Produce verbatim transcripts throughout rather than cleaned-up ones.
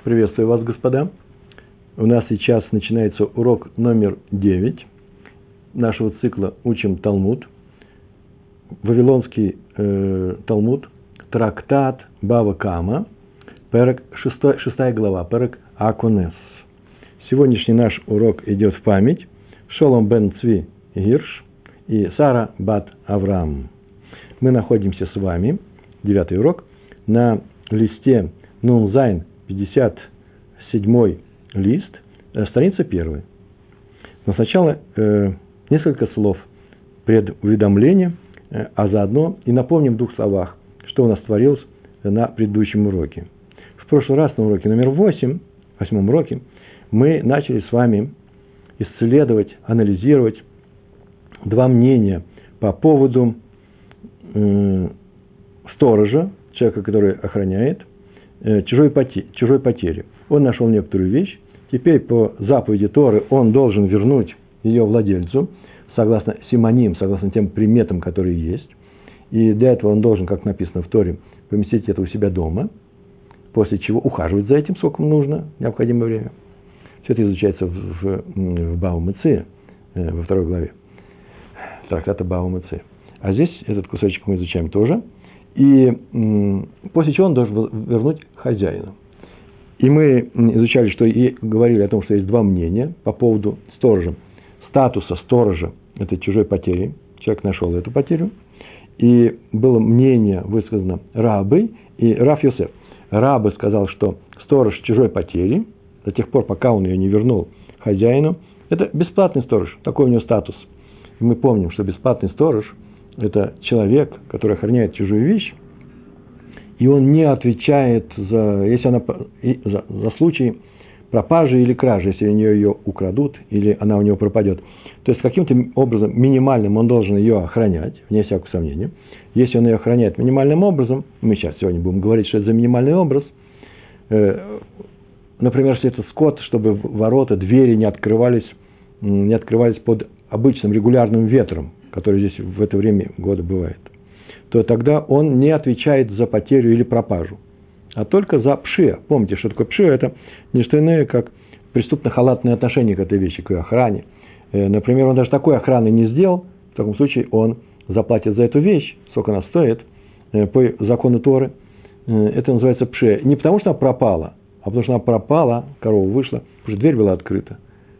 Приветствую вас, господа. У нас сейчас начинается урок номер девять нашего цикла «Учим Талмуд». Вавилонский э, Талмуд, трактат Бава Кама, перек, шестой, шестая глава, перек Аконес. Сегодняшний наш урок идет в память Шолом бен Цви Гирш и Сара бат Авраам. Мы находимся с вами, девятый урок, на листе Нун Зайн, пятьдесят седьмой лист, страница первая. Но сначала э, несколько слов предуведомления, э, а заодно и напомним в двух словах, что у нас творилось на предыдущем уроке. В прошлый раз на уроке номер восемь, восьмом уроке, мы начали с вами исследовать, анализировать два мнения по поводу э, сторожа, человека, который охраняет, Чужой, поте- чужой потери. Он нашел некоторую вещь, теперь по заповеди Торы он должен вернуть ее владельцу, согласно симоним, согласно тем приметам, которые есть. И для этого он должен, как написано в Торе, поместить это у себя дома, после чего ухаживать за этим, сколько нужно, необходимое время. Все это изучается в, в, в Бава Меция, во второй главе трактата Бава Меция. А здесь этот кусочек мы изучаем тоже. И м, после чего он должен вернуть хозяину. И мы изучали, что и говорили о том, что есть два мнения по поводу сторожа. Статуса сторожа – это чужой потери. Человек нашел эту потерю. И было мнение высказано Рабой и Рав Йосеф. Раба сказал, что сторож чужой потери, до тех пор, пока он ее не вернул хозяину, это бесплатный сторож. Такой у него статус. И мы помним, что бесплатный сторож – это человек, который охраняет чужую вещь, и он не отвечает за, если она, за, за случай пропажи или кражи, если у нее ее украдут или она у него пропадет. То есть, каким-то образом минимальным он должен ее охранять, вне всякого сомнения. Если он ее охраняет минимальным образом, мы сейчас сегодня будем говорить, что это за минимальный образ, э, например, если это скот, чтобы ворота, двери не открывались, не открывались под обычным регулярным ветром, который здесь в это время года бывает, то тогда он не отвечает за потерю или пропажу, а только за пшия. Помните, что такое пшия? Это не что иное, как преступно-халатное отношение к этой вещи, к ее охране. Например, он даже такой охраны не сделал, в таком случае он заплатит за эту вещь, сколько она стоит, по закону Торы. Это называется пшия. Не потому, что она пропала, а потому, что она пропала, корова вышла, потому что дверь была открыта.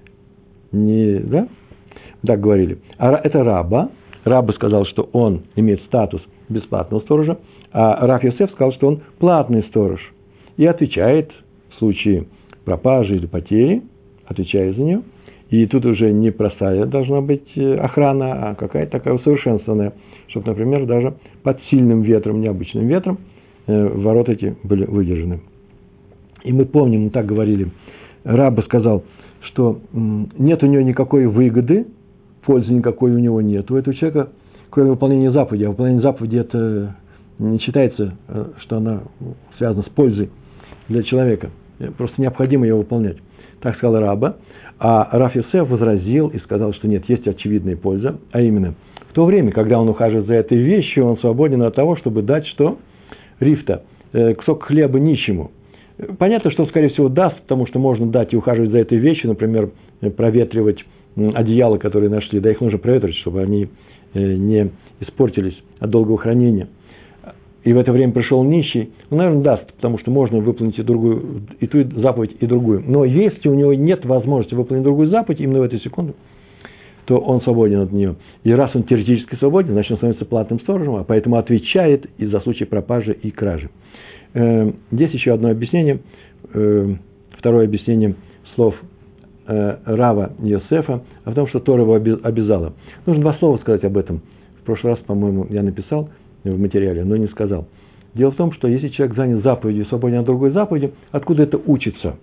Не, да? Так говорили. А это раба. Раба сказал, что он имеет статус бесплатного сторожа, а Рав Йосеф сказал, что он платный сторож. И отвечает в случае пропажи или потери, отвечает за нее. И тут уже не простая должна быть охрана, а какая-то такая усовершенствованная, чтобы, например, даже под сильным ветром, необычным ветром, ворота эти были выдержаны. И мы помним, мы так говорили, Раба сказал, что нет у него никакой выгоды, пользы никакой у него нет у этого человека, кроме выполнения заповеди. А выполнение заповеди это не считается, что она связана с пользой для человека. Просто необходимо ее выполнять. Так сказал Раба. А Рав Йосеф возразил и сказал, что нет, есть очевидная польза. А именно, в то время, когда он ухаживает за этой вещью, он свободен от того, чтобы дать что? Рифта, кусок хлеба нищему. Понятно, что он, скорее всего, даст, потому что можно дать и ухаживать за этой вещью, например, проветривать одеяла, которые нашли, да их нужно проветривать, чтобы они не испортились от долгого хранения. И в это время пришел нищий, он, наверное, даст, потому что можно выполнить и другую, и ту заповедь, и другую. Но если у него нет возможности выполнить другую заповедь именно в эту секунду, то он свободен от нее. И раз он теоретически свободен, значит, он становится платным сторожем, а поэтому отвечает и за случай пропажи и кражи. Здесь еще одно объяснение, второе объяснение слов Рава Йосефа, о том, что Тора его обязала. Нужно два слова сказать об этом. В прошлый раз, по-моему, я написал в материале, но не сказал. Дело в том, что если человек занят заповедью, свободен от другой заповеди, откуда это учится?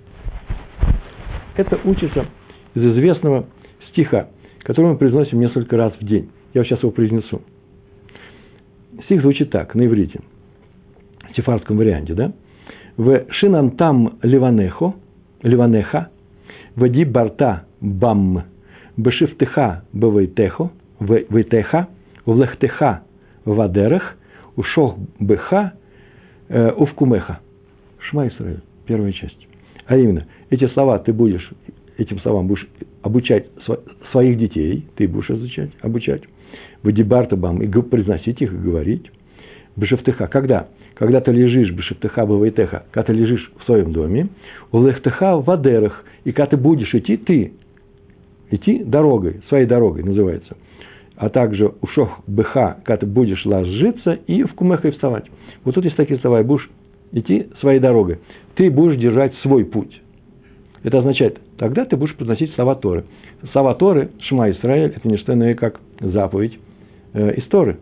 Это учится из известного стиха, который мы произносим несколько раз в день. Я сейчас его произнесу. Стих звучит так, на иврите, в сефардском варианте, да? В шинантам ливанехо, ливанеха, Вади барта бам, бешифтеха бавейтехо, вейтеха, влехтеха вадерех, ушох беха, увкумеха. Шма Исраэль. первая часть. А именно, эти слова ты будешь, этим словам будешь обучать своих детей, ты будешь изучать, обучать. Вадибартабам, и произносить их, и говорить. Бешефтыха. Когда? Когда ты лежишь, бешефтыха, бавайтеха, когда ты лежишь в своем доме, улехтыха в адерах, и когда ты будешь идти, ты, идти дорогой, своей дорогой называется. А также ушох быха, когда ты будешь ложиться, и в кумеха и вставать. Вот тут есть такие слова, и будешь идти своей дорогой. Ты будешь держать свой путь. Это означает, тогда ты будешь произносить слова Торы. Слова Торы, Шма Исраэль, это не что иное, как заповедь э, из Торы.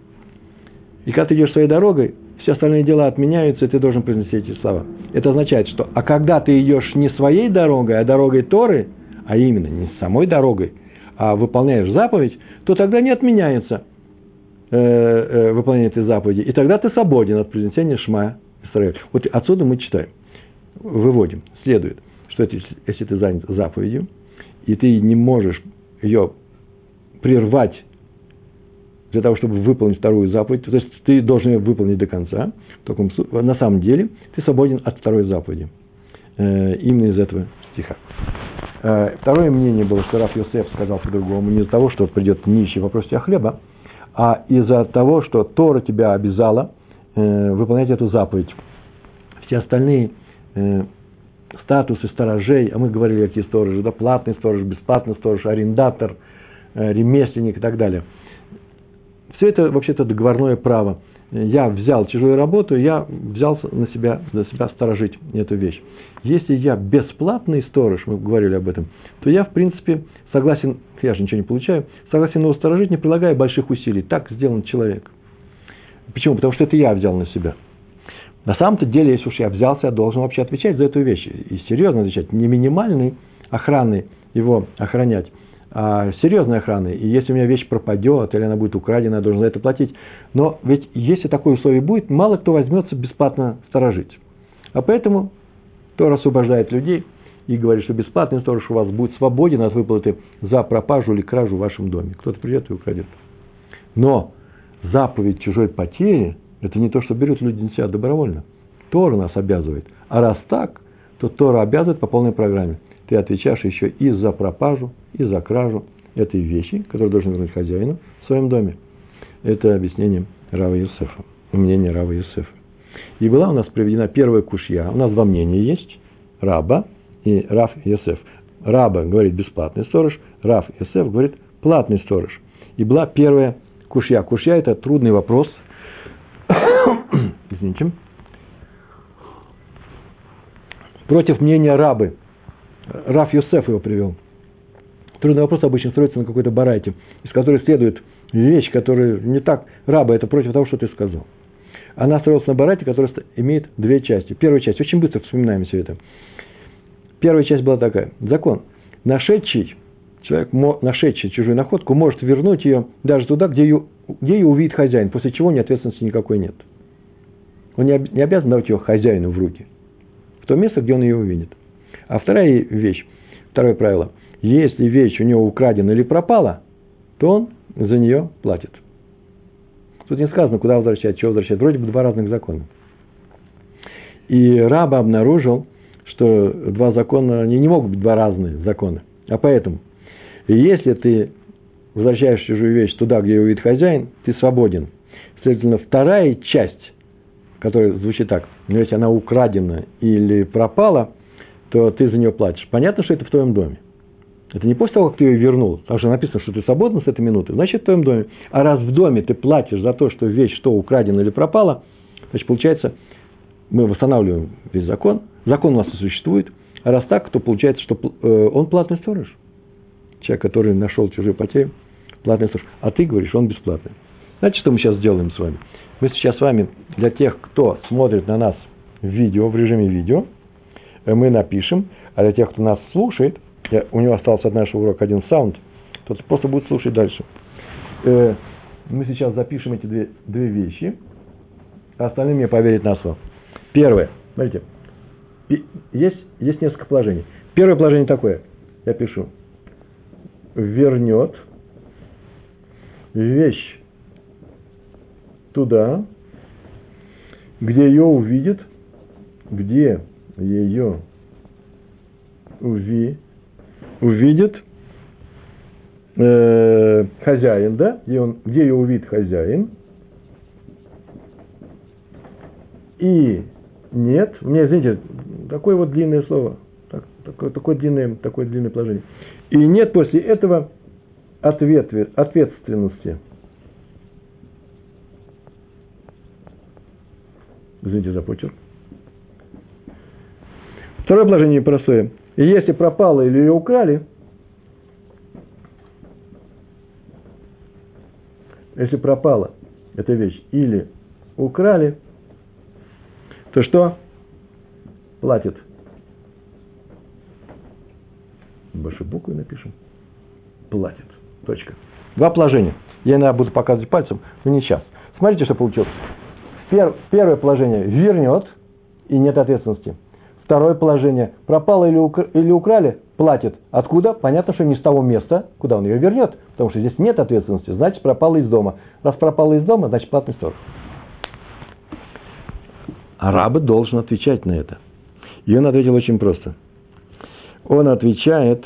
И когда ты идешь своей дорогой, все остальные дела отменяются, и ты должен произнести эти слова. Это означает, что, а когда ты идешь не своей дорогой, а дорогой Торы, а именно не самой дорогой, а выполняешь заповедь, то тогда не отменяется э, э, выполнение этой заповеди. И тогда ты свободен от произнесения Шма Исраэль. Вот отсюда мы читаем, выводим, следует, что это, если ты занят заповедью, и ты не можешь ее прервать для того, чтобы выполнить вторую заповедь, то есть ты должен ее выполнить до конца, в таком, на самом деле ты свободен от второй заповеди. Э, именно из этого стиха. Э, второе мнение было, что Рав Йосеф сказал по-другому, не из-за того, что придет нищий вопрос тебя хлеба, а из-за того, что Тора тебя обязала э, выполнять эту заповедь. Все остальные э, статусы сторожей, а мы говорили, какие сторожи, да, платный сторож, бесплатный сторож, арендатор, э, ремесленник и так далее. Все это вообще-то договорное право. Я взял чужую работу, я взял на себя, на себя сторожить эту вещь. Если я бесплатный сторож, мы говорили об этом, то я, в принципе, согласен, я же ничего не получаю, согласен его сторожить, не прилагая больших усилий. Так сделан человек. Почему? Потому что это я взял на себя. На самом-то деле, если уж я взялся, я должен вообще отвечать за эту вещь. И серьезно отвечать. Не минимальной охраны его охранять, а серьезной охраны. И если у меня вещь пропадет, или она будет украдена, я должен за это платить. Но ведь если такое условие будет, мало кто возьмется бесплатно сторожить. А поэтому Тора освобождает людей и говорит, что бесплатный сторож у вас будет свободен от выплаты за пропажу или кражу в вашем доме. Кто-то придет и украдет. Но заповедь чужой потери – это не то, что берут люди на себя добровольно. Тора нас обязывает. А раз так, то Тора обязывает по полной программе. Ты отвечаешь еще и за пропажу, и за кражу этой вещи, которую должен вернуть хозяину в своем доме. Это объяснение Рава Йосефа, мнение Рава Йосефа. И была у нас приведена первая кушья. У нас два мнения есть. Раба и Рав Йосеф. Раба говорит бесплатный сторож, Рав Йосеф говорит платный сторож. И была первая кушья. Кушья – это трудный вопрос. Извините. Против мнения рабы. Рав Йосеф его привел. Трудный вопрос обычно строится на какой-то барайте, из которой следует вещь, которая не так. Раба – это против того, что ты сказал. Она строилась на барайте, который имеет две части. Первая часть, очень быстро вспоминаем все это. Первая часть была такая. Закон. Нашедший, человек, нашедший чужую находку, может вернуть ее даже туда, где ее, где ее увидит хозяин, после чего ни ответственности никакой нет. Он не обязан давать ее хозяину в руки. В то место, где он ее увидит. А вторая вещь, второе правило. Если вещь у него украдена или пропала, то он за нее платит. Тут не сказано, куда возвращать, что возвращать. Вроде бы два разных закона. И раба обнаружил, что два закона, они не могут быть два разных закона. А поэтому, если ты возвращаешь чужую вещь туда, где ее увидит хозяин, ты свободен. Следовательно, вторая часть, которая звучит так, но если она украдена или пропала, то ты за нее платишь. Понятно, что это в твоем доме. Это не после того, как ты ее вернул, потому что написано, что ты свободен с этой минуты, значит, в твоем доме. А раз в доме ты платишь за то, что вещь что украдена или пропала, значит, получается, мы восстанавливаем весь закон, закон у нас и существует, а раз так, то получается, что он платный сторож. Человек, который нашел чужую потерю, платный сторож. А ты говоришь, он бесплатный. Знаете, что мы сейчас сделаем с вами? Мы сейчас с вами, для тех, кто смотрит на нас в видео, в режиме видео, мы напишем, а для тех, кто нас слушает, я, у него остался от нашего урока один саунд, тот просто будет слушать дальше. Э, мы сейчас запишем эти две, две вещи, а остальные мне поверят на слово. Первое. Смотрите. Есть, есть несколько положений. Первое положение такое. Я пишу. Вернет вещь туда, где ее увидит, где ее уви, увидит э, хозяин, да? Где, он, где ее увидит хозяин. И нет, у меня, извините, такое вот длинное слово, так, такое, такое, длинное, такое длинное положение. И нет после этого ответ, ответственности. Извините за почерк. Второе положение непростое. Если пропало или ее украли, если пропала эта вещь или украли, то что? Платит. Большой буквой напишем. Платит. Точка. Два положения. Я иногда буду показывать пальцем, но не сейчас. Смотрите, что получилось. Первое положение вернет, и нет ответственности. Второе положение пропало или, укра... или украли, платит. Откуда? Понятно, что не с того места, куда он ее вернет, потому что здесь нет ответственности, значит, пропало из дома. Раз пропало из дома, значит, платный сторож. А раб должен отвечать на это. И он ответил очень просто. Он отвечает,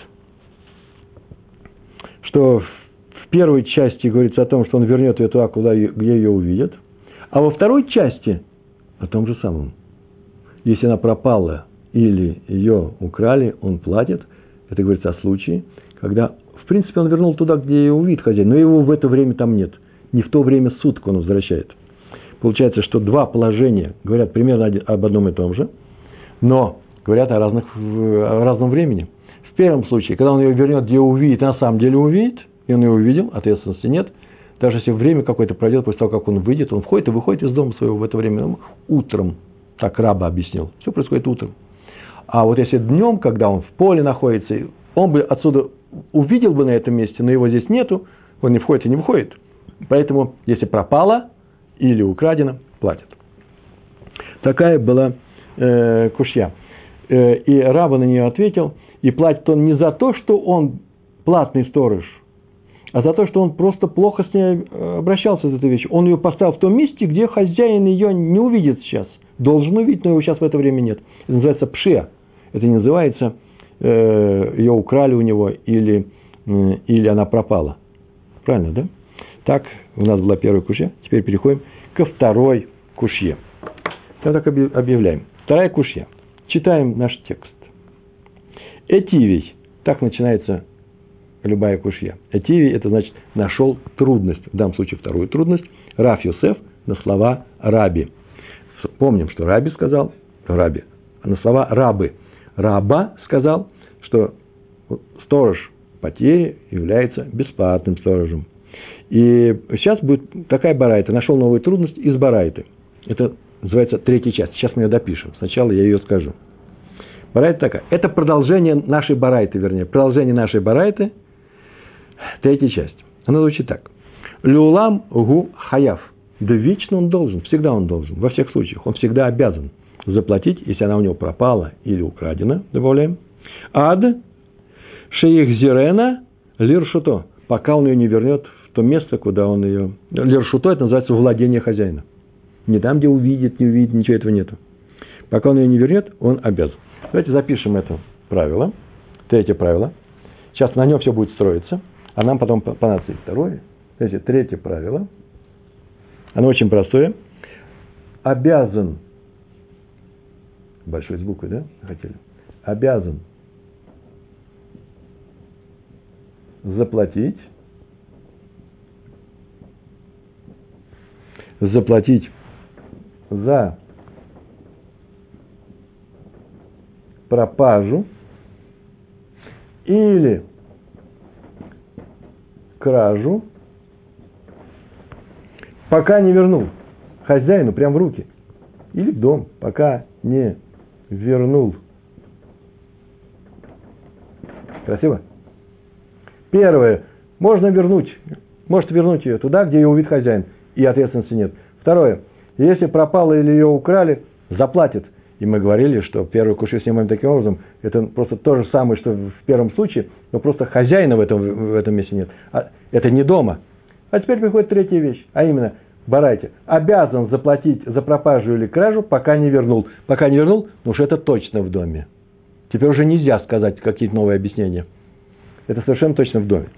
что в первой части говорится о том, что он вернет ее туда, куда ее, где ее увидят, а во второй части о том же самом. Если она пропала или ее украли, он платит. Это говорится о случае, когда, в принципе, он вернул туда, где ее увидит хозяин, но его в это время там нет. Не в то время суток он возвращает. Получается, что два положения говорят примерно об одном и том же, но говорят о, разных, о разном времени. В первом случае, когда он ее вернет, где увидит, на самом деле увидит, и он ее увидел, ответственности нет. Даже если время какое-то пройдет, после того, как он выйдет, он входит и выходит из дома своего в это время утром. Так раба объяснил. Все происходит утром. А вот если днем, когда он в поле находится, он бы отсюда увидел бы на этом месте, но его здесь нету, он не входит и не выходит. Поэтому, если пропало или украдено, платит. Такая была э, кушья. Э, и раба на нее ответил, и платит он не за то, что он платный сторож, а за то, что он просто плохо с ней обращался с этой вещью. Он ее поставил в том месте, где хозяин ее не увидит сейчас. Должен увидеть, но его сейчас в это время нет. Это называется пшия. Это не называется, э, ее украли у него или, э, или она пропала. Правильно, да? Так, у нас была первая кушья. Теперь переходим ко второй кушье. Так объявляем. Вторая кушья. Читаем наш текст. Этивий. Так начинается любая кушья. Этивий – это значит нашел трудность. В данном случае вторую трудность. Рав Йосеф на слова раби. Помним, что раби сказал, раби, а на слова рабы. Раба сказал, что сторож потери является бесплатным сторожем. И сейчас будет такая барайта. Нашел новую трудность из барайты. Это называется третья часть. Сейчас мы ее допишем. Сначала я ее скажу. Барайта такая. Это продолжение нашей барайты, вернее. Продолжение нашей барайты. Третья часть. Она звучит так. Люлам гу хаяв. Да вечно он должен, всегда он должен, во всех случаях. Он всегда обязан заплатить, если она у него пропала или украдена, добавляем. Ад шеихзирена лиршуто, пока он ее не вернет в то место, куда он ее... Лиршуто – это называется владение хозяина. Не там, где увидит, не увидит, ничего этого нету. Пока он ее не вернет, он обязан. Давайте запишем это правило, третье правило. Сейчас на нем все будет строиться, а нам потом понадобится и второе. Смотрите, третье правило. Оно очень простое. Обязан, большой с буквой, да, хотели? Обязан заплатить, заплатить за пропажу или кражу, пока не вернул хозяину прямо в руки или в дом, пока не вернул. Красиво? Первое. Можно вернуть, может вернуть ее туда, где ее увидит хозяин, и ответственности нет. Второе. Если пропало или ее украли, заплатит. И мы говорили, что первую кушью снимаем таким образом. Это просто то же самое, что в первом случае, но просто хозяина в этом, в этом месте нет. А это не дома. А теперь приходит третья вещь, а именно, барайте, обязан заплатить за пропажу или кражу, пока не вернул. Пока не вернул, ну уж это точно в доме. Теперь уже нельзя сказать какие-то новые объяснения. Это совершенно точно в доме.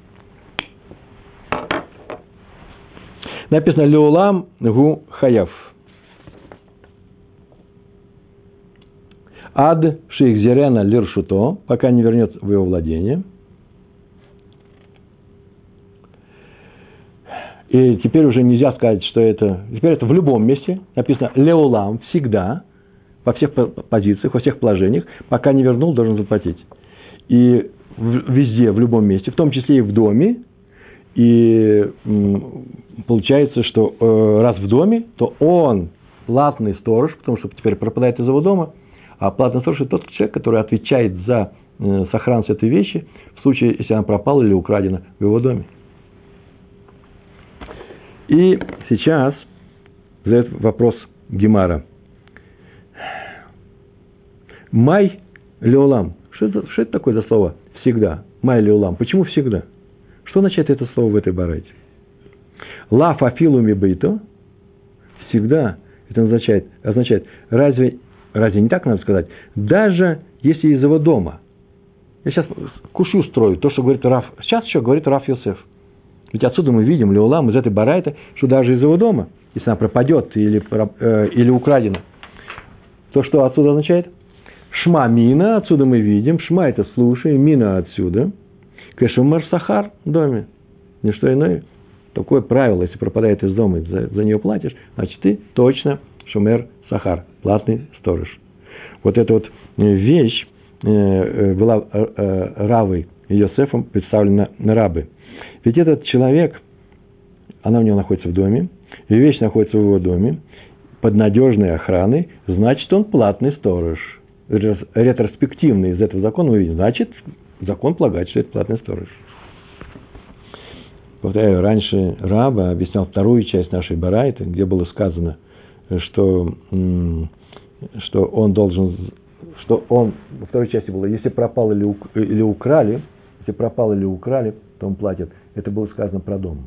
Написано «Леулам гу хаяв». Ад шейхзерена лиршуто, пока не вернется в его владение. И теперь уже нельзя сказать, что это... Теперь это в любом месте. Написано «Леулам» всегда, во всех позициях, во всех положениях, пока не вернул, должен заплатить. И везде, в любом месте, в том числе и в доме. И получается, что раз в доме, то он платный сторож, потому что теперь пропадает из его дома. А платный сторож – это тот человек, который отвечает за сохранность этой вещи в случае, если она пропала или украдена в его доме. И сейчас задает вопрос Гемара. Май леолам. Что это, что это такое за слово «всегда»? Май леолам. Почему всегда? Что означает это слово в этой барайте? Лаф афилу мибейто. Всегда. Это означает, означает разве, разве не так надо сказать? Даже если из его дома. Я сейчас кушу строю. То, что говорит Рав. Сейчас еще говорит Рав Йосеф. Ведь отсюда мы видим, леолам, из этой барайты, что даже из его дома, если она пропадет или, э, или украдена, то что отсюда означает? Шма мина, отсюда мы видим, шма это слушай, мина отсюда, кэшумар сахар в доме. Не что иное. Такое правило, если пропадает из дома, за, за нее платишь, значит ты точно шумер сахар, платный сторож. Вот эта вот вещь э, была э, Равой и Йосефом представлена на рабы. Ведь этот человек, она у него находится в доме, и вещь находится в его доме, под надежной охраной, значит, он платный сторож. Ретроспективно из этого закона мы видим, значит, закон полагает, что это платный сторож. Повторяю, раньше Раба объяснял вторую часть нашей барайты, где было сказано, что, что он должен, что он, во второй части было, если пропал или, или украли, если пропал или украли, то он платит. Это было сказано про дом.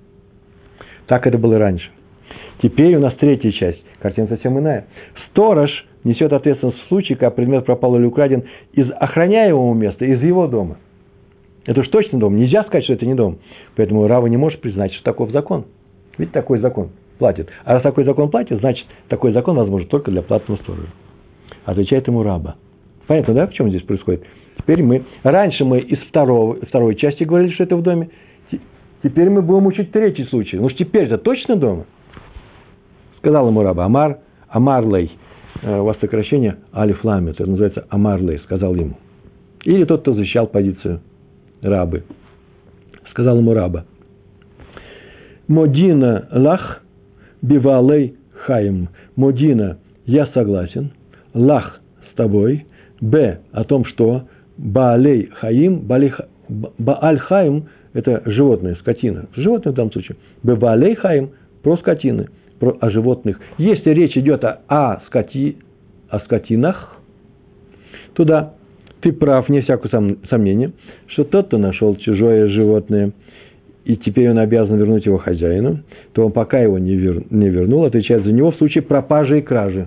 Так это было раньше. Теперь у нас третья часть. Картина совсем иная. Сторож несет ответственность в случае, когда предмет пропал или украден из охраняемого места, из его дома. Это уж точно дом. Нельзя сказать, что это не дом. Поэтому Рава не может признать, что таков закон. Ведь такой закон платит. А раз такой закон платит, значит, такой закон возможен только для платного сторожа. Отвечает ему Раба. Понятно, да, в чем здесь происходит? Теперь мы... Раньше мы из второго, второй части говорили, что это в доме. Теперь мы будем учить третий случай. Ну, теперь это точно дома? Сказал ему Раба. Амар, Амарлей. У вас сокращение Алиф Ламет. Это называется Амарлей. Сказал ему. Или тот, кто защищал позицию Рабы. Сказал ему Раба. Модина лах бивалей хаим. Модина, я согласен. Лах с тобой. Б о том, что Баалей хаим, Бааль хаим – это животное, скотина. Животное в данном случае. Баалей хаим – про скотины, про, о животных. Если речь идет о, о, скоти, о скотинах, то да, ты прав, не всякого сом, сомнения, что тот, кто нашел чужое животное, и теперь он обязан вернуть его хозяину, то он пока его не, вер, не вернул, отвечает за него в случае пропажи и кражи.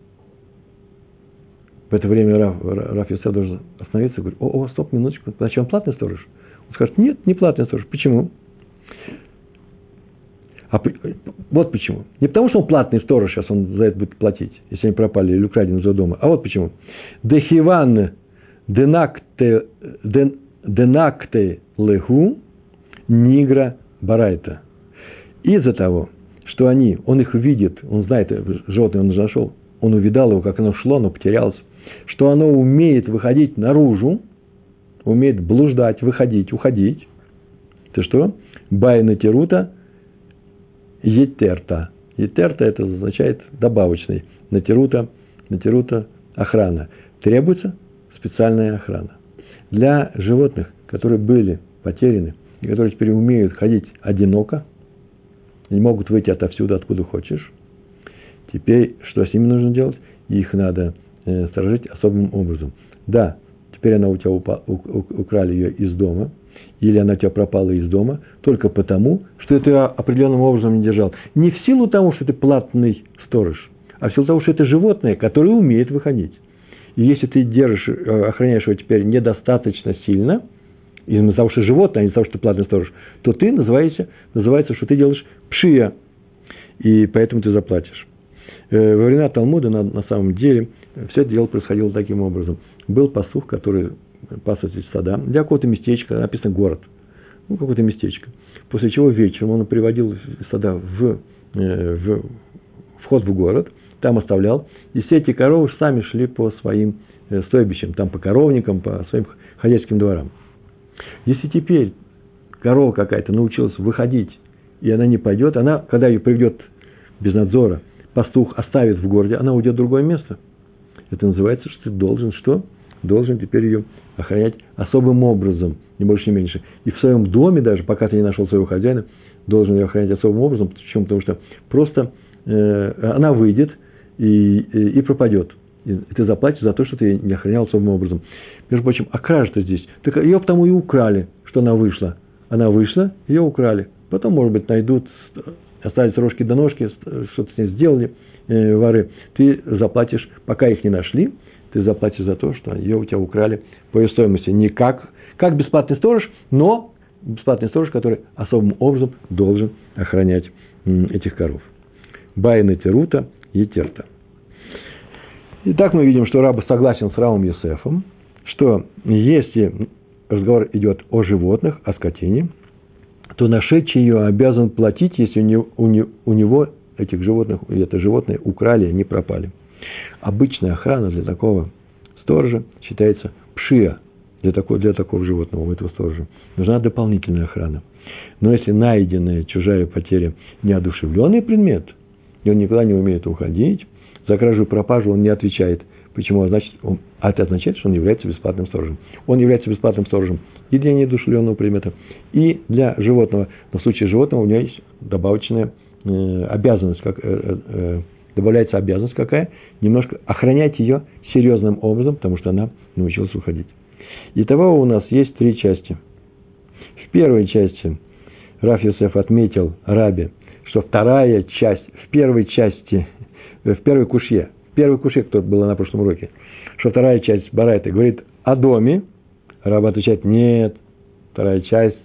В это время Раф, Раф Йосеф должен остановиться и говорить: о, о, стоп, минуточку, значит, он платный сторож? Он скажет: нет, не платный сторож. Почему? А, вот почему. Не потому, что он платный сторож, сейчас он за это будет платить, если они пропали или украдены из его дома. А вот почему. Дехиван денакте, денакте леху нигра барайта. Из-за того, что они, он их видит, он знает, животное он уже нашел, он увидал его, как оно шло, оно потерялось, что оно умеет выходить наружу, умеет блуждать, выходить, уходить. Это что? Байна терута етерта. Етерта – это означает добавочный. Натерута, натерута охрана. Требуется специальная охрана. Для животных, которые были потеряны, и которые теперь умеют ходить одиноко, не могут выйти отовсюду, откуда хочешь, теперь что с ними нужно делать? Их надо э, сторожить особым образом. Да, теперь она у тебя упа, у, у, украли ее из дома, или она у тебя пропала из дома, только потому, что ты определенным образом не держал. Не в силу того, что ты платный сторож, а в силу того, что это животное, которое умеет выходить. И если ты держишь, охраняешь его теперь недостаточно сильно, из-за того, что животное, а не из-за того, что ты платный сторож, то ты называешься, называется, что ты делаешь пшия, и поэтому ты заплатишь. Во времена Талмуда на, на самом деле все это дело происходило таким образом. Был пастух, который пас эти стада для какого-то местечка, написано город, ну, какое-то местечко. После чего вечером он приводил стада в, в вход в город, там оставлял, и все эти коровы сами шли по своим стойбищам, там по коровникам, по своим хозяйским дворам. Если теперь корова какая-то научилась выходить, и она не пойдет, она, когда ее приведет без надзора, пастух оставит в городе, она уйдет в другое место. Это называется, что ты должен что? Должен теперь ее охранять особым образом, не больше, не меньше. И в своем доме даже, пока ты не нашел своего хозяина, должен ее охранять особым образом. Почему? Потому что просто э, она выйдет и, и, и пропадет. И ты заплатишь за то, что ты ее не охранял особым образом. Между прочим, а кража-то здесь? Так ее потому и украли, что она вышла. Она вышла, ее украли. Потом, может быть, найдут, остались рожки до ножки, что-то с ней сделали, э, воры. Ты заплатишь, пока их не нашли, ты заплатишь за то, что ее у тебя украли по ее стоимости. Не как, как бесплатный сторож, но бесплатный сторож, который особым образом должен охранять м, этих коров. Байна терута етерта. Итак, мы видим, что раб согласен с рабом Йосефом, что если разговор идет о животных, о скотине, то нашедший ее обязан платить, если у него, у него этих животных, это животные украли, они пропали. Обычная охрана для такого сторожа считается пшия, для такого, для такого животного, у этого сторожа. Нужна дополнительная охрана. Но если найденная чужая потеря неодушевленный предмет, и он никуда не умеет уходить, за кражу и пропажу он не отвечает. Почему? Значит, он, а это означает, что он является бесплатным сторожем. Он является бесплатным сторожем и для неодушевленного предмета, и для животного. Но в случае животного у него есть добавочная э, обязанность, как, э, э, добавляется обязанность какая? Немножко охранять ее серьезным образом, потому что она научилась уходить. Итого у нас есть три части. В первой части рав Йосеф отметил рабе, что вторая часть, в первой части, в первой кушье, в первой кушье, которая была на прошлом уроке, что вторая часть барайта говорит о доме, раб отвечает нет, вторая часть,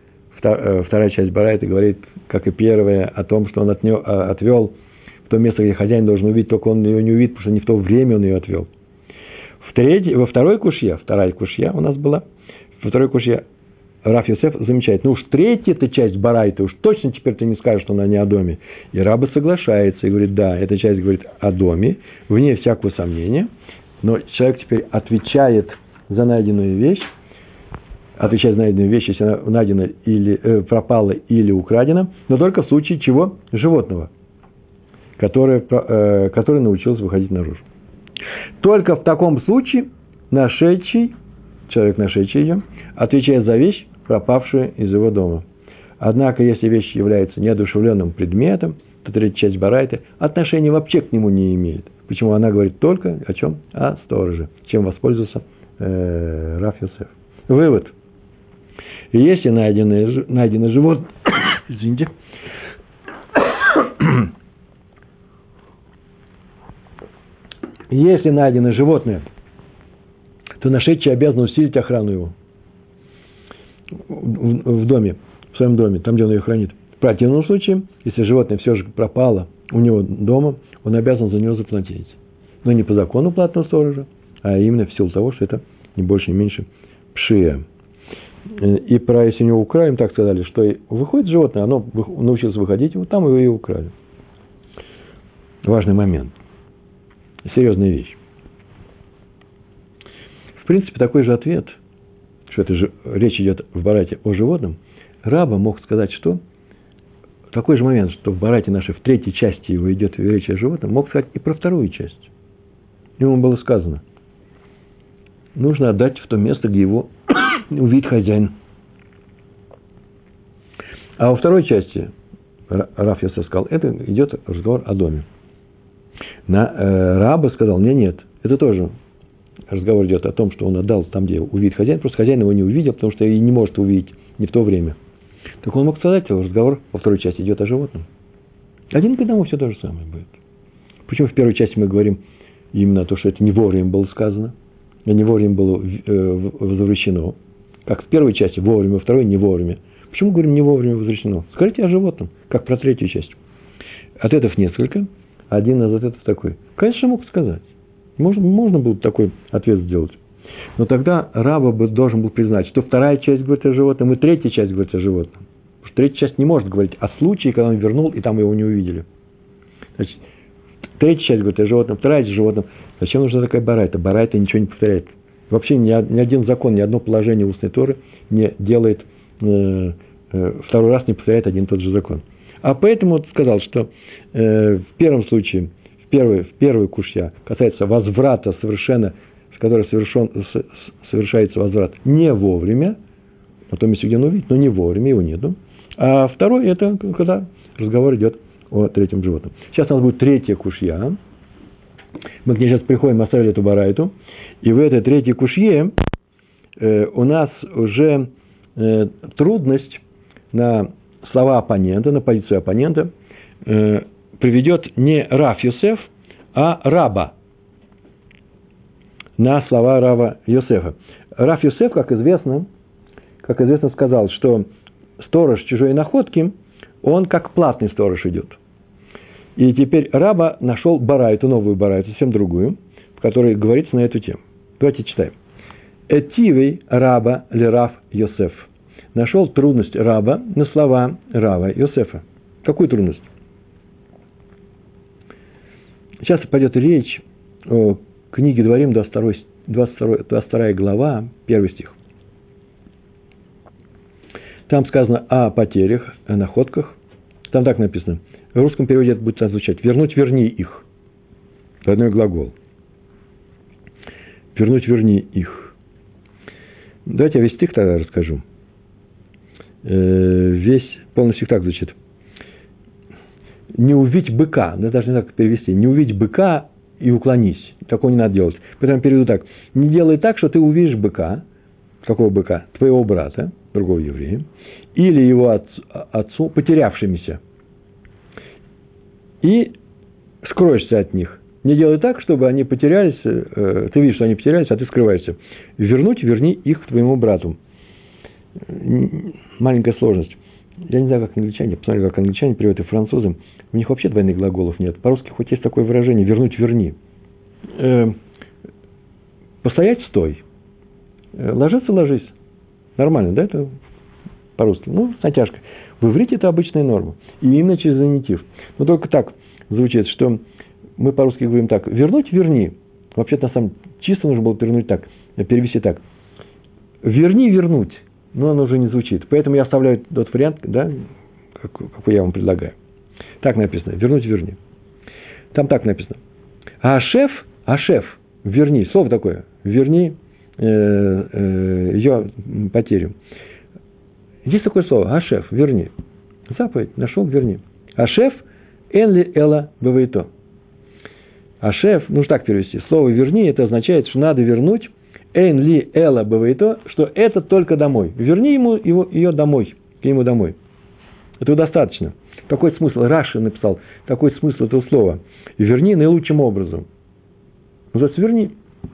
вторая часть барайта говорит, как и первая, о том, что он от нее, отвел в то место, где хозяин должен увидеть, только он ее не увидит, потому что не в то время он ее отвел. В третьей, во второй кушье, вторая кушья у нас была, во второй кушье рав Йосеф замечает, ну уж третья-то часть барайта, уж точно теперь ты не скажешь, что она не о доме. И раба соглашается и говорит, да, эта часть говорит о доме, вне всякого сомнения, но человек теперь отвечает за найденную вещь, отвечает за найденную вещь, если она найдена или э, пропала или украдена, но только в случае чего? Животного, которое, э, которое научилось выходить наружу. Только в таком случае нашедший, человек, нашедший ее, отвечает за вещь, пропавшую из его дома. Однако, если вещь является неодушевленным предметом, то третья часть барайта отношения вообще к нему не имеет. Почему? Она говорит только о чем? О стороже, чем воспользовался э, рав Йосеф. Вывод. Если найденное, найдено животное, извините, если найдено животное, то нашедший обязан усилить охрану его в, в доме, в своем доме, там, где он ее хранит. В противном случае, если животное все же пропало у него дома, он обязан за него заплатить. Но не по закону платного сторожа, а именно в силу того, что это не больше, не меньше пшия. И про, если у него украли, им так сказали, что выходит животное, оно научилось выходить, вот там его и украли. Важный момент. Серьезная вещь. В принципе, такой же ответ, что это же, речь идет в барайте о животном, раба мог сказать, что такой же момент, что в барайте нашей, в третьей части его идет речь о животном, мог сказать и про вторую часть. Ему было сказано, нужно отдать в то место, где его увидит хозяин. А во второй части, рав Йосеф сказал, это идет разговор о доме. На, э, раба сказал, нет, нет, это тоже разговор идет о том, что он отдал там, где увидит хозяин, просто хозяин его не увидел, потому что и не может увидеть не в то время. Так он мог сказать, что разговор во второй части идет о животном. Один к одному все то же самое будет. Почему в первой части мы говорим именно то, что это не вовремя было сказано, а не вовремя было возвращено. Как в первой части вовремя, во второй не вовремя. Почему говорим не вовремя возвращено? Скажите о животном, как про третью часть. Ответов несколько. Один из ответов такой. Конечно, мог сказать. Можно, можно было такой ответ сделать. Но тогда раба бы должен был признать, что вторая часть говорит о животном, и третья часть говорит о животном. Потому что третья часть не может говорить о случае, когда он вернул, и там его не увидели. Значит, третья часть говорит о животном, вторая часть о животном. Зачем нужна такая барайта? Барайта ничего не повторяет. Вообще ни, ни один закон, ни одно положение устной Торы не делает, э, э, второй раз не повторяет один и тот же закон. А поэтому он сказал, что э, в первом случае, в первой, в первой кушья касается возврата совершенно, с которой совершен, с, совершается возврат не вовремя, на том месте, где он увидит, но не вовремя, его нету. А второй – это когда разговор идет о третьем животном. Сейчас у нас будет третья кушья. Мы к ней сейчас приходим, оставили эту барайту. И в этой третьей кушье э, у нас уже э, трудность на слова оппонента, на позицию оппонента э, приведет не Рав Йосеф, а Раба на слова Рава Йосефа. Рав Йосеф, как известно, как известно, сказал, что сторож чужой находки, он как платный сторож идет. И теперь Раба нашел барайту, новую барайту, совсем другую, в которой говорится на эту тему. Давайте читаем. Этивей Раба ле Рав Йосеф. Нашел трудность Раба на слова Рава Йосефа. Какую трудность? Сейчас пойдет речь о книге Дворим, двадцать вторая глава, первый стих. Там сказано о потерях, о находках. Там так написано. В русском переводе это будет звучать. Вернуть, верни их. Двойной глагол. Вернуть, верни их. Давайте я весь стих тогда расскажу. Весь полный стих так звучит. Не увидь быка. Ну, даже не так перевести. Не увидь быка и уклонись. Такого не надо делать. Поэтому я переведу так. Не делай так, что ты увидишь быка. Какого быка? Твоего брата, другого еврея. Или его отцу, отцу потерявшимися. И скроешься от них. Не делай так, чтобы они потерялись, э, ты видишь, что они потерялись, а ты скрываешься. Вернуть, верни их к твоему брату. Маленькая сложность. Я не знаю, как англичане, посмотрю, как англичане переводят и французы. У них вообще двойных глаголов нет. По-русски хоть есть такое выражение «вернуть, верни». Э, постоять – стой. Э, ложиться – ложись. Нормально, да, это по-русски? Ну, с натяжкой. В иврите это обычная норма. И именно через занятив. Но только так звучит, что мы по-русски говорим так. Вернуть – верни. Вообще-то, на самом деле, чисто нужно было перевернуть так, перевести так. Верни – вернуть. Но оно уже не звучит. Поэтому я оставляю тот вариант, да, какой я вам предлагаю. Так написано. Вернуть – верни. Там так написано. А шеф, а шеф, верни. Слово такое. Верни э, э, ее потерю. Есть такое слово. А шеф, верни. Заповедь. Нашел, верни. А шеф – энли эла бывайто. А шеф, нужно так перевести. Слово «верни» это означает, что надо вернуть эн ли эла бывайто, что это только домой. Верни ему его, ее домой, к нему домой. Этого достаточно. Какой смысл? Раши написал, какой смысл этого слова. Верни наилучшим образом. Называется верни.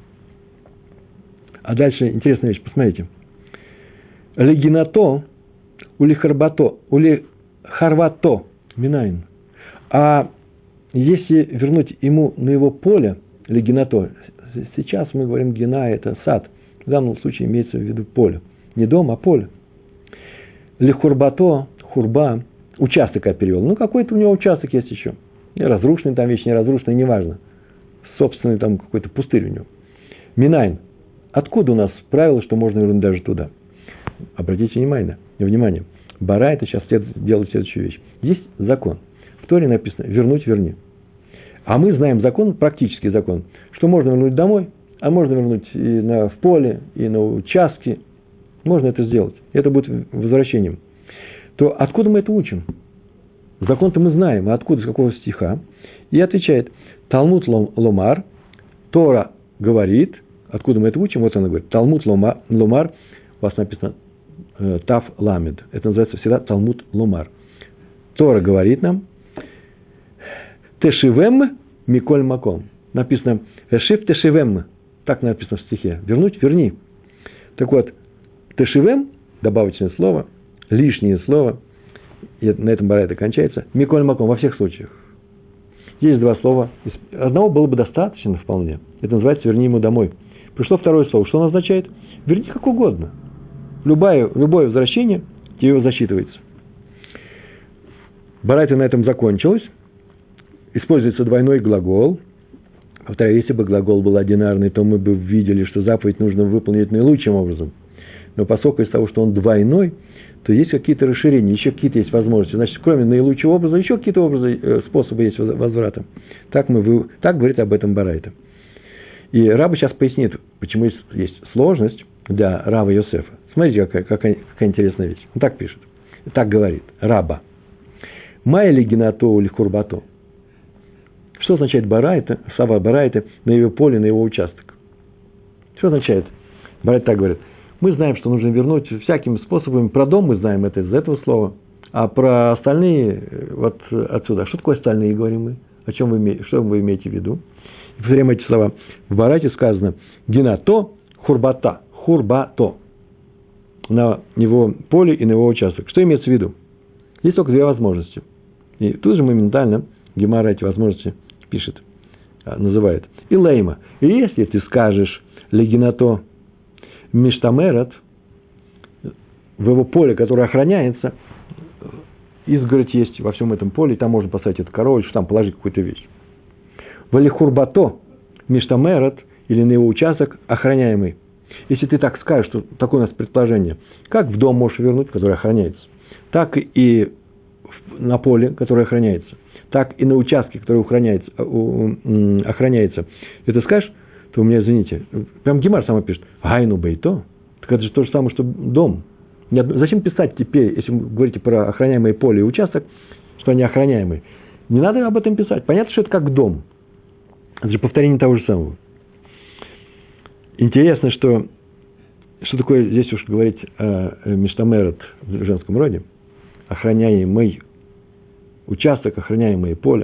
А дальше интересная вещь, посмотрите. Легинато, улихарбато, улихарвато, минайн. А если вернуть ему на его поле, легинато, сейчас мы говорим гена, это сад. В данном случае имеется в виду поле. Не дом, а поле. Лихурбато, хурба, участок я перевел. Ну, какой-то у него участок есть еще. Разрушенный там вещь, не разрушенный, неважно. Собственный там какой-то пустырь у него. Минайн. Откуда у нас правило, что можно вернуть даже туда? Обратите внимание. внимание. Бара это сейчас делает следующую вещь. Есть закон. В Торе написано «вернуть, верни». А мы знаем закон, практический закон, что можно вернуть домой, а можно вернуть и на, в поле, и на участке. Можно это сделать. Это будет возвращением. То откуда мы это учим? Закон-то мы знаем, а откуда, с какого стиха? И отвечает, Талмуд ломар, Тора говорит, откуда мы это учим? Вот она говорит, Талмуд ломар, у вас написано Тав Ламед. Это называется всегда Талмуд Лумар. Тора говорит нам, Тешивем Миколь Маком. Написано, Эшив Тешивем. Так написано в стихе. Вернуть, верни. Так вот, Тешивем, добавочное слово, лишнее слово, и на этом барайта кончается, Миколь Маком во всех случаях. Есть два слова. Одного было бы достаточно вполне. Это называется «верни ему домой». Пришло второе слово. Что оно означает? Верни как угодно. Любое, любое возвращение тебе засчитывается. Барайта на этом закончилась. Используется двойной глагол. Повторяю, если бы глагол был одинарный, то мы бы видели, что заповедь нужно выполнить наилучшим образом. Но поскольку из того, что он двойной, то есть какие-то расширения, еще какие-то есть возможности. Значит, кроме наилучшего образа, еще какие-то образы, способы есть возврата. Так, мы, так говорит об этом барайта. И Раба сейчас пояснит, почему есть, есть сложность для Рава Йосефа. Смотрите, какая, какая, какая интересная вещь. Он так пишет, так говорит Раба. Майли генато или хурбато. Что означает барайта, сава барайта на его поле, на его участок? Что означает? Барайта так говорит. Мы знаем, что нужно вернуть всякими способами. Про дом мы знаем это из этого слова. А про остальные, вот отсюда. Что такое остальные, говорим мы? О чем вы, что вы имеете в виду? И повторяем эти слова. В барайте сказано генато хурбата. Хурбато. На его поле и на его участок. Что имеется в виду? Есть только две возможности. И тут же моментально Гемара эти возможности пишет, называет. И лейма. И если ты скажешь легенато миштамерат, в его поле, которое охраняется, изгородь есть во всем этом поле, и там можно поставить эту корову, там положить какую-то вещь. Валихурбато миштамерат, или на его участок охраняемый. Если ты так скажешь, что такое у нас предположение, как в дом можешь вернуть, который охраняется, так и на поле, которое охраняется, так и на участке, который охраняется, охраняется. И ты скажешь, то у меня, извините, прям Гемар сама пишет, гайну бейто, так это же то же самое, что дом. Зачем писать теперь, если вы говорите про охраняемое поле и участок, что они охраняемые? Не надо об этом писать. Понятно, что это как дом. Это же повторение того же самого. Интересно, что, что такое здесь уж говорить о миштамерат в женском роде, охраняемый участок, охраняемое поле.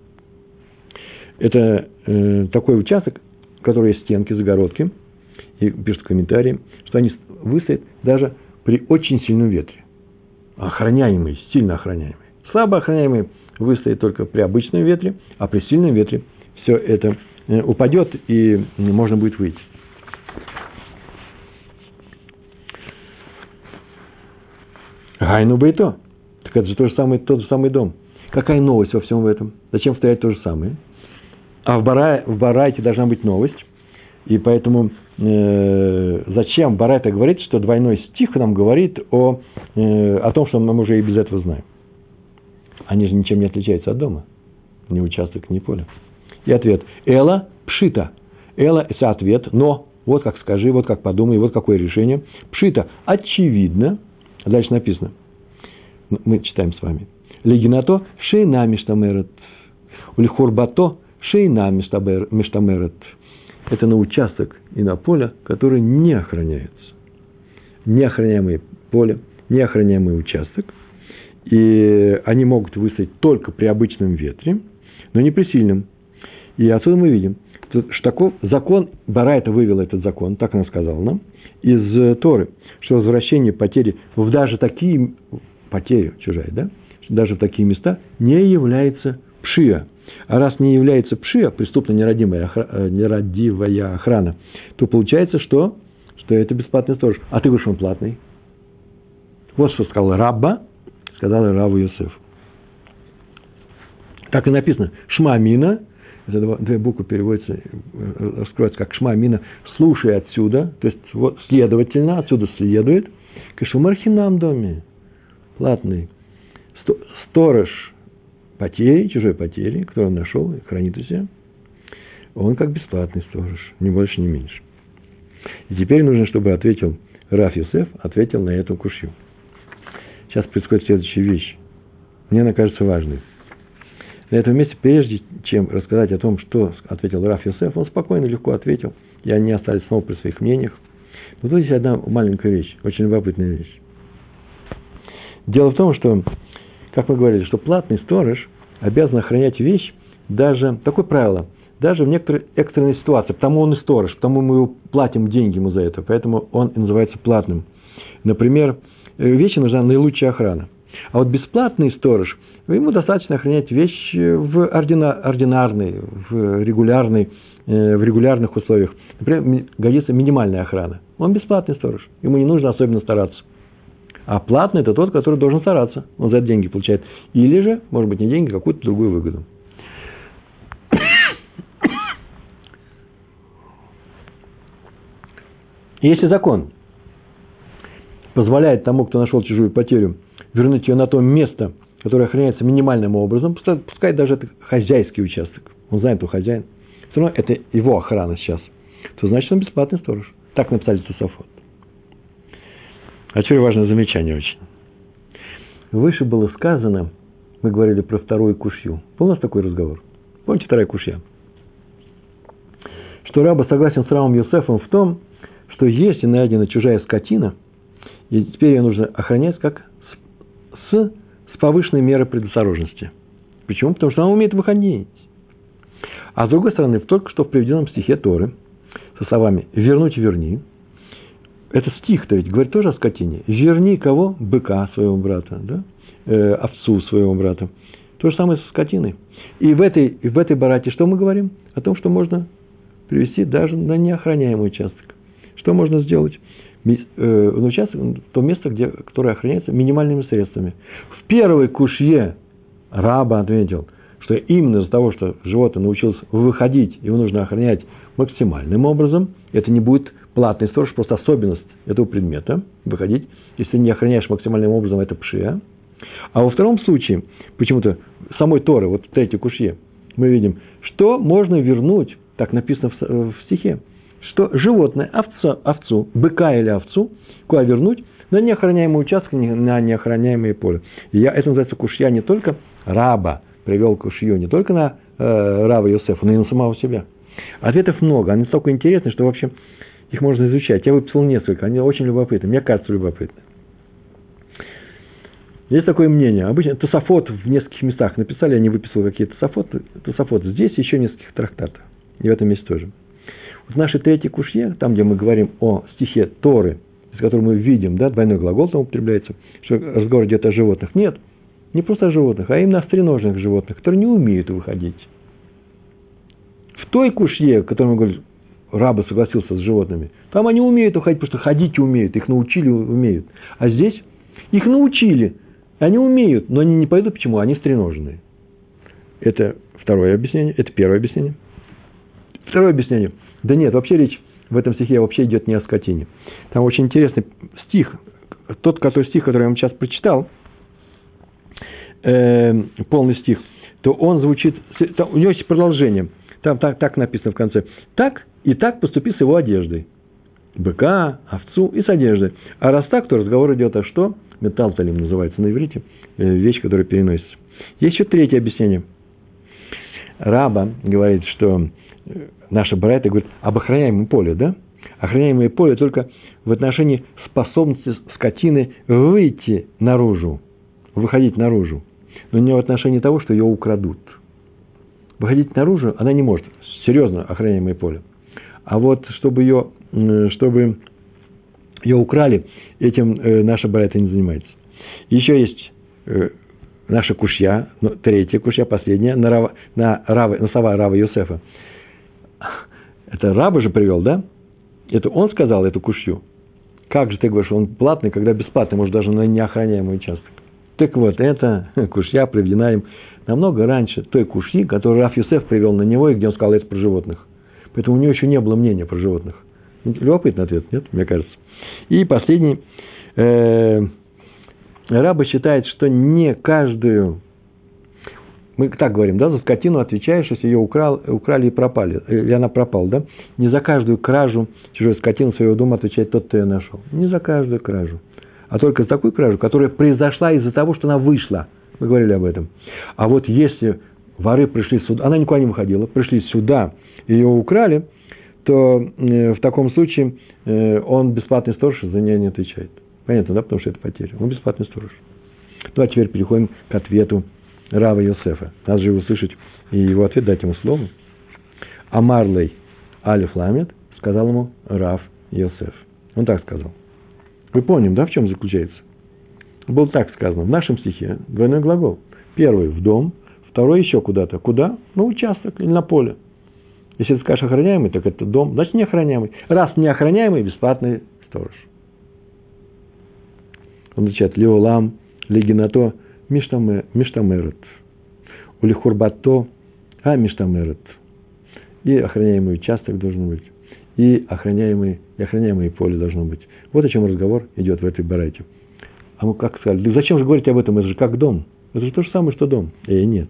Это э, такой участок, в котором есть стенки, загородки, и пишут в комментарии, что они выстоят даже при очень сильном ветре. Охраняемый, сильно охраняемый. Слабо охраняемый выстоит только при обычном ветре, а при сильном ветре все это э, упадет, и можно будет выйти. Гайну бейто. Так это же то же самое, тот же самый дом. Какая новость во всем этом? Зачем повторять то же самое? А в, Бара, в Барайте должна быть новость. И поэтому э, зачем Барайта говорит, что двойной стих нам говорит о, э, о том, что мы уже и без этого знаем. Они же ничем не отличаются от дома. Ни участок, ни поле. И ответ. Эла пшита. Эла – это ответ, но вот как скажи, вот как подумай, вот какое решение. Пшита – очевидно. Дальше написано. Мы читаем с вами. Легинато шейна миштамерет. Улихурбато шейна миштамерет. Это на участок и на поле, который не охраняется. Неохраняемое поле, неохраняемый участок. И они могут выстоять только при обычном ветре, но не при сильном. И отсюда мы видим, что таков закон, Барайта вывела этот закон, так она сказала нам, из Торы, что возвращение потери в даже такие, потери чужая, да, даже в такие места не является пшия. А раз не является пшия, преступно нерадивая, нерадивая охрана, то получается, что, что это бесплатный сторож. А ты говоришь, он платный. Вот что сказал Рабба, сказал Раву Йосефу. Так и написано. Шма мина, это два, две буквы переводятся, раскроются как шма мина, слушай отсюда, то есть вот, следовательно, отсюда следует, кашумархинам доме, платный сторож потери, чужой потери, которую он нашел и хранит у себя, он как бесплатный сторож, ни больше, ни меньше. И теперь нужно, чтобы ответил Рав Йосеф, ответил на эту кушью. Сейчас происходит следующая вещь. Мне она кажется важной. На этом месте, прежде чем рассказать о том, что ответил Рав Йосеф, он спокойно, легко ответил, и они остались снова при своих мнениях. Но тут есть одна маленькая вещь, очень любопытная вещь. Дело в том, что, как мы говорили, что платный сторож обязан охранять вещь, даже, такое правило, даже в некоторой экстренной ситуации, потому он и сторож, потому мы его платим деньги ему за это, поэтому он и называется платным. Например, вещи нужна наилучшая охрана. А вот бесплатный сторож, ему достаточно охранять вещь в ординарной, в регулярной, в регулярных условиях. Например, годится минимальная охрана. Он бесплатный сторож, ему не нужно особенно стараться. А платный – это тот, который должен стараться, он за это деньги получает. Или же, может быть, не деньги, а какую-то другую выгоду. Если закон позволяет тому, кто нашел чужую потерю, вернуть ее на то место, которое охраняется минимальным образом, пускай даже это хозяйский участок, он знает, кто хозяин, все равно это его охрана сейчас, то значит, он бесплатный сторож. Так написали Тосафот. А теперь важное замечание очень. Выше было сказано, мы говорили про вторую кушью. Был у нас такой разговор? Помните, вторая кушья? Что Раба согласен с Равом Йосефом в том, что если найдена чужая скотина, и теперь ее нужно охранять как с, с повышенной мерой предосторожности. Почему? Потому что она умеет выходить. А с другой стороны, только что в приведенном стихе Торы, со словами «вернуть, верни», это стих-то ведь говорит тоже о скотине. «Верни кого? Быка своего брата, да? э, овцу своего брата». То же самое со скотиной. И в этой, и в этой барате что мы говорим? О том, что можно привести даже на неохраняемый участок. Что можно сделать? Э, на участок, в то место, где, которое охраняется минимальными средствами. В первой кушье Раба ответил, что именно из-за того, что животное научилось выходить, его нужно охранять максимальным образом, это не будет платный сторож, просто особенность этого предмета, выходить. Если ты не охраняешь максимальным образом, это пшия. А во втором случае, почему-то самой Торы, вот в третьей кушье, мы видим, что можно вернуть, так написано в, в стихе, что животное, овца, овцу, быка или овцу, куда вернуть, на неохраняемый участок, на неохраняемое поле. И я, это называется кушья не только Раба, привел кушью не только на э, Рава Йосефа, но и на самого себя. Ответов много, они настолько интересны, что вообще их можно изучать. Я выписал несколько, они очень любопытны, мне кажется, любопытны. Есть такое мнение. Обычно Тосафот в нескольких местах написали, я не выписал какие-то Тосафоты. Тосафот здесь, еще в нескольких трактатах. И в этом месте тоже. Вот в нашей третьей кушье, там, где мы говорим о стихе Торы, из которого мы видим, да, двойной глагол там употребляется, что разговор идет о животных. Нет, не просто о животных, а именно о стреножных животных, которые не умеют выходить. В той кушье, в которой мы говорим, Раба согласился с животными, там они умеют уходить, потому что ходить умеют, их научили, умеют. А здесь их научили, они умеют, но они не пойдут, почему? Они стреноженные. Это второе объяснение, это первое объяснение. Второе объяснение. Да нет, вообще речь в этом стихе вообще идет не о скотине. Там очень интересный стих, тот который, стих, который я вам сейчас прочитал, э, полный стих, то он звучит, там, у него есть продолжение. Там так, так написано в конце. Так и так поступи с его одеждой. Быка, овцу и с одеждой. А раз так, то разговор идет о что? Металталим называется на иврите. Вещь, которая переносится. Есть еще третье объяснение. Раба говорит, что наша барайта говорит об охраняемом поле, да? Охраняемое поле только в отношении способности скотины выйти наружу, выходить наружу. Но не в отношении того, что ее украдут. Выходить наружу она не может. Серьезно охраняемое поле. А вот чтобы ее, чтобы ее украли, этим наша барайта не занимается. Еще есть наша кушья, третья кушья, последняя, на, Рава, на, Рава, на слова Рава Йосефа. Это Раба же привел, да? Это он сказал эту кушью. Как же ты говоришь, он платный, когда бесплатный, может, даже на неохраняемый участок. Так вот, эта кушья приведена им намного раньше той кушьи, которую Рав Йосеф привел на него, и где он сказал это про животных. Поэтому у него еще не было мнения про животных. Любопытный ответ, нет, мне кажется. И последний. Э, Раба считает, что не каждую... Мы так говорим, да, за скотину отвечаешь, если ее украл, украли и пропали, или она пропала, да? Не за каждую кражу чужой скотины своего дома отвечает тот, кто ее нашел. Не за каждую кражу. А только за такую кражу, которая произошла из-за того, что она вышла. Мы говорили об этом. А вот если воры пришли сюда, она никуда не выходила, пришли сюда, ее украли, то э, в таком случае э, он бесплатный сторож, за нее не отвечает. Понятно, да? Потому что это потеря. Он бесплатный сторож. Ну, а теперь переходим к ответу Рава Йосефа. Надо же услышать и его ответ, дать ему слово. Амарлей Алиф Ламед, сказал ему Рав Йосеф. Он так сказал. Вы помните, да, в чем заключается? Было так сказано. В нашем стихе двойной глагол. Первый в дом, второй еще куда-то. Куда? На участок или на поле. Если ты скажешь охраняемый, так это дом, значит не охраняемый. Раз не охраняемый, бесплатный сторож. Он отвечает, Леолам, Легинато, Миштамерет. Улихурбато, а Миштамерет. И охраняемый участок должен быть. И охраняемое, и охраняемое поле должно быть. Вот о чем разговор идет в этой барайте. А мы как сказали, да зачем же говорить об этом? Это же как дом. Это же то же самое, что дом. Э, нет.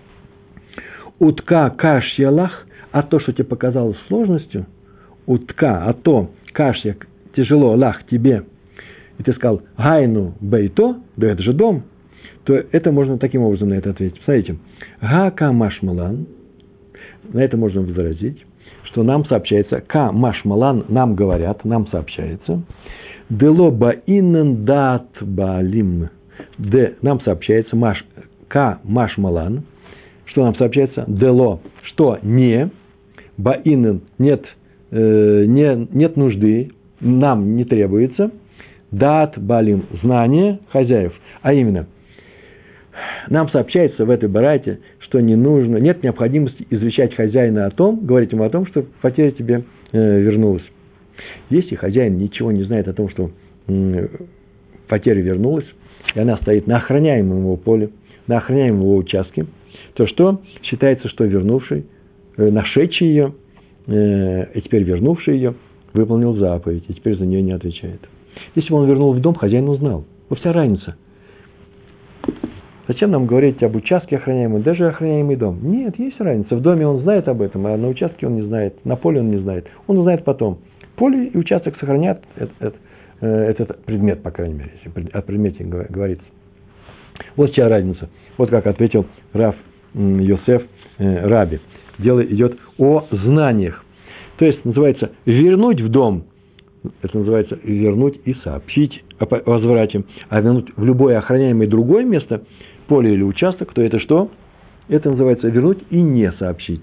Утка кашья лах, а то, что тебе показалось сложностью, утка, а то кашья тяжело лах тебе, и ты сказал гайну бейто, да это же дом, то это можно таким образом на это ответить. Посмотрите. Га камашмалан, на это можно возразить, что нам сообщается, ка машмалан, нам говорят, нам сообщается, дело баинен дат балим, де, нам сообщается, маш, ка машмалан, что нам сообщается, дело, что не, баинен, нет, э, не, нет нужды, нам не требуется, дат балим, знание хозяев, а именно, нам сообщается в этой барайте, что не нужно, нет необходимости извещать хозяина о том, говорить ему о том, что потеря тебе э, вернулась. Если хозяин ничего не знает о том, что э, потеря вернулась, и она стоит на охраняемом его поле, на охраняемом его участке, то что? Считается, что вернувший, э, нашедший ее, э, и теперь вернувший ее, выполнил заповедь, и теперь за нее не отвечает. Если бы он вернул в дом, хозяин узнал. Вот вся разница. Зачем нам говорить об участке охраняемом, даже охраняемый дом? Нет, есть разница. В доме он знает об этом, а на участке он не знает, на поле он не знает. Он узнает потом. Поле и участок сохранят этот, этот предмет, по крайней мере, если о предмете говорится. Вот чья разница. Вот как ответил Рав Йосеф Раби. Дело идет о знаниях. То есть, называется, вернуть в дом, это называется вернуть и сообщить о возврате, а вернуть в любое охраняемое другое место, поле или участок, то это что? Это называется вернуть и не сообщить.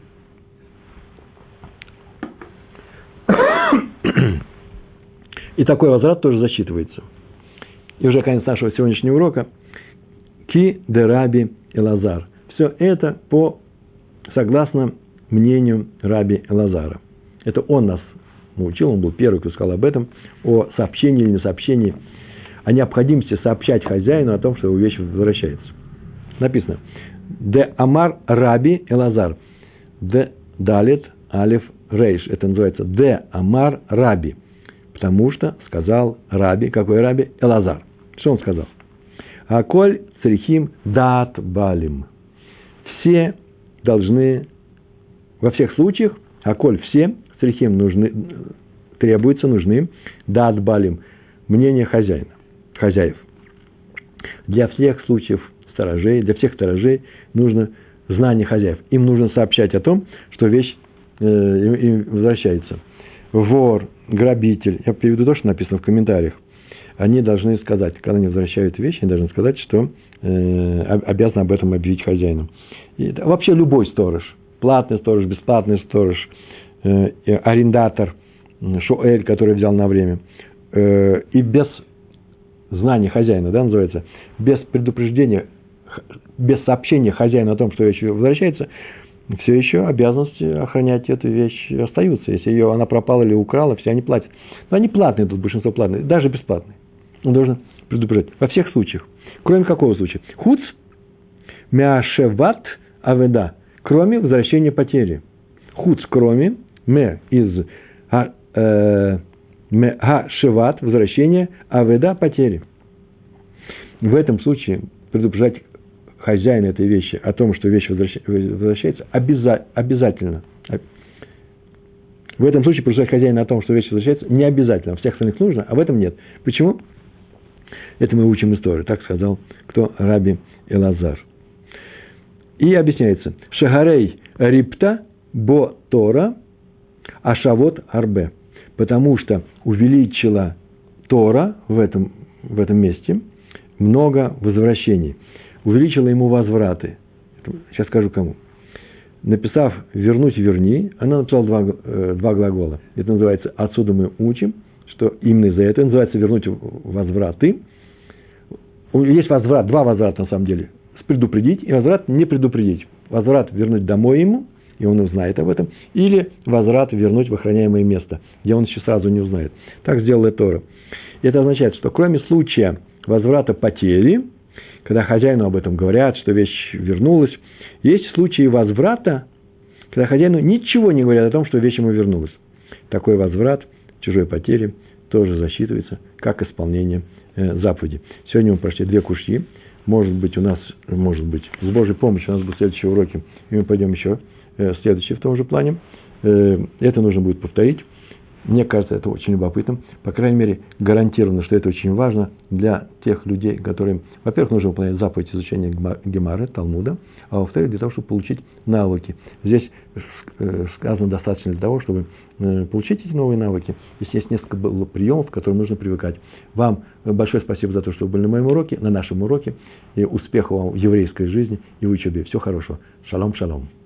И такой возврат тоже засчитывается. И уже конец нашего сегодняшнего урока. Ки де Раби Элазар. Все это по, согласно мнению Раби Элазара. Это он нас научил, он был первый, кто сказал об этом, о сообщении или несообщении, о необходимости сообщать хозяину о том, что его вещь возвращается. Написано. Де Амар Раби Элазар. Де Далит Алиф Рейш. Это называется Де Амар Раби. Потому что сказал Раби. Какой Раби? Элазар. Что он сказал? Аколь црихим дат балим. Все должны, во всех случаях, аколь все, црихим нужны, требуется, нужны, дат балим, мнение хозяина, хозяев. Для всех случаев сторожей, для всех сторожей нужно знание хозяев. Им нужно сообщать о том, что вещь э, им, им возвращается. Вор, грабитель, я приведу то, что написано в комментариях, они должны сказать, когда они возвращают вещи, они должны сказать, что э, обязаны об этом объявить хозяину. И, да, вообще любой сторож, платный сторож, бесплатный сторож, э, арендатор, шоэль, который взял на время, э, и без знания хозяина, да, называется, без предупреждения, без сообщения хозяину о том, что вещь возвращается, все еще обязанности охранять эту вещь остаются. Если ее она пропала или украла, все они платят. Но они платные тут, большинство платные, даже бесплатные. Он должен предупреждать. Во всех случаях. Кроме какого случая? Хуц мяшеват аведа. Кроме возвращения потери. Хуц кроме ме из га шеват возвращение аведа потери. В этом случае предупреждать хозяина этой вещи о том, что вещь возвращается, обязательно. В этом случае предупреждать хозяина о том, что вещь возвращается, не обязательно. Всех остальных нужно, а в этом нет. Почему? Это мы учим историю. Так сказал кто? Раби Элазар. И объясняется. Шагарей рипта бо Тора ашавот арбе. Потому что увеличила Тора в этом, в этом месте много возвращений. Увеличила ему возвраты. Сейчас скажу кому. Написав «вернуть, верни», она написала два, э, два глагола. Это называется «отсюда мы учим», что именно из-за этого называется «вернуть возвраты». Есть возврат, два возврата на самом деле. Предупредить и возврат не предупредить. Возврат вернуть домой ему, и он узнает об этом, или возврат вернуть в охраняемое место, где он еще сразу не узнает. Так сделала Тора. И это означает, что кроме случая возврата потери, когда хозяину об этом говорят, что вещь вернулась, есть случаи возврата, когда хозяину ничего не говорят о том, что вещь ему вернулась. Такой возврат чужой потери тоже засчитывается как исполнение э, заповеди. Сегодня мы прошли две кушьи. Может быть, у нас, может быть, с Божьей помощью у нас будут следующие уроки, и мы пойдем еще э, следующие в том же плане. Э, это нужно будет повторить. Мне кажется, это очень любопытным. По крайней мере, гарантированно, что это очень важно для тех людей, которым, во-первых, нужно выполнять заповедь изучения Гемары, Талмуда, а во-вторых, для того, чтобы получить навыки. Здесь сказано достаточно для того, чтобы получить эти новые навыки. Здесь есть несколько приемов, к которым нужно привыкать. Вам большое спасибо за то, что вы были на моем уроке, на нашем уроке. И успехов вам в еврейской жизни и в учебе. Всего хорошего. Шалом, шалом.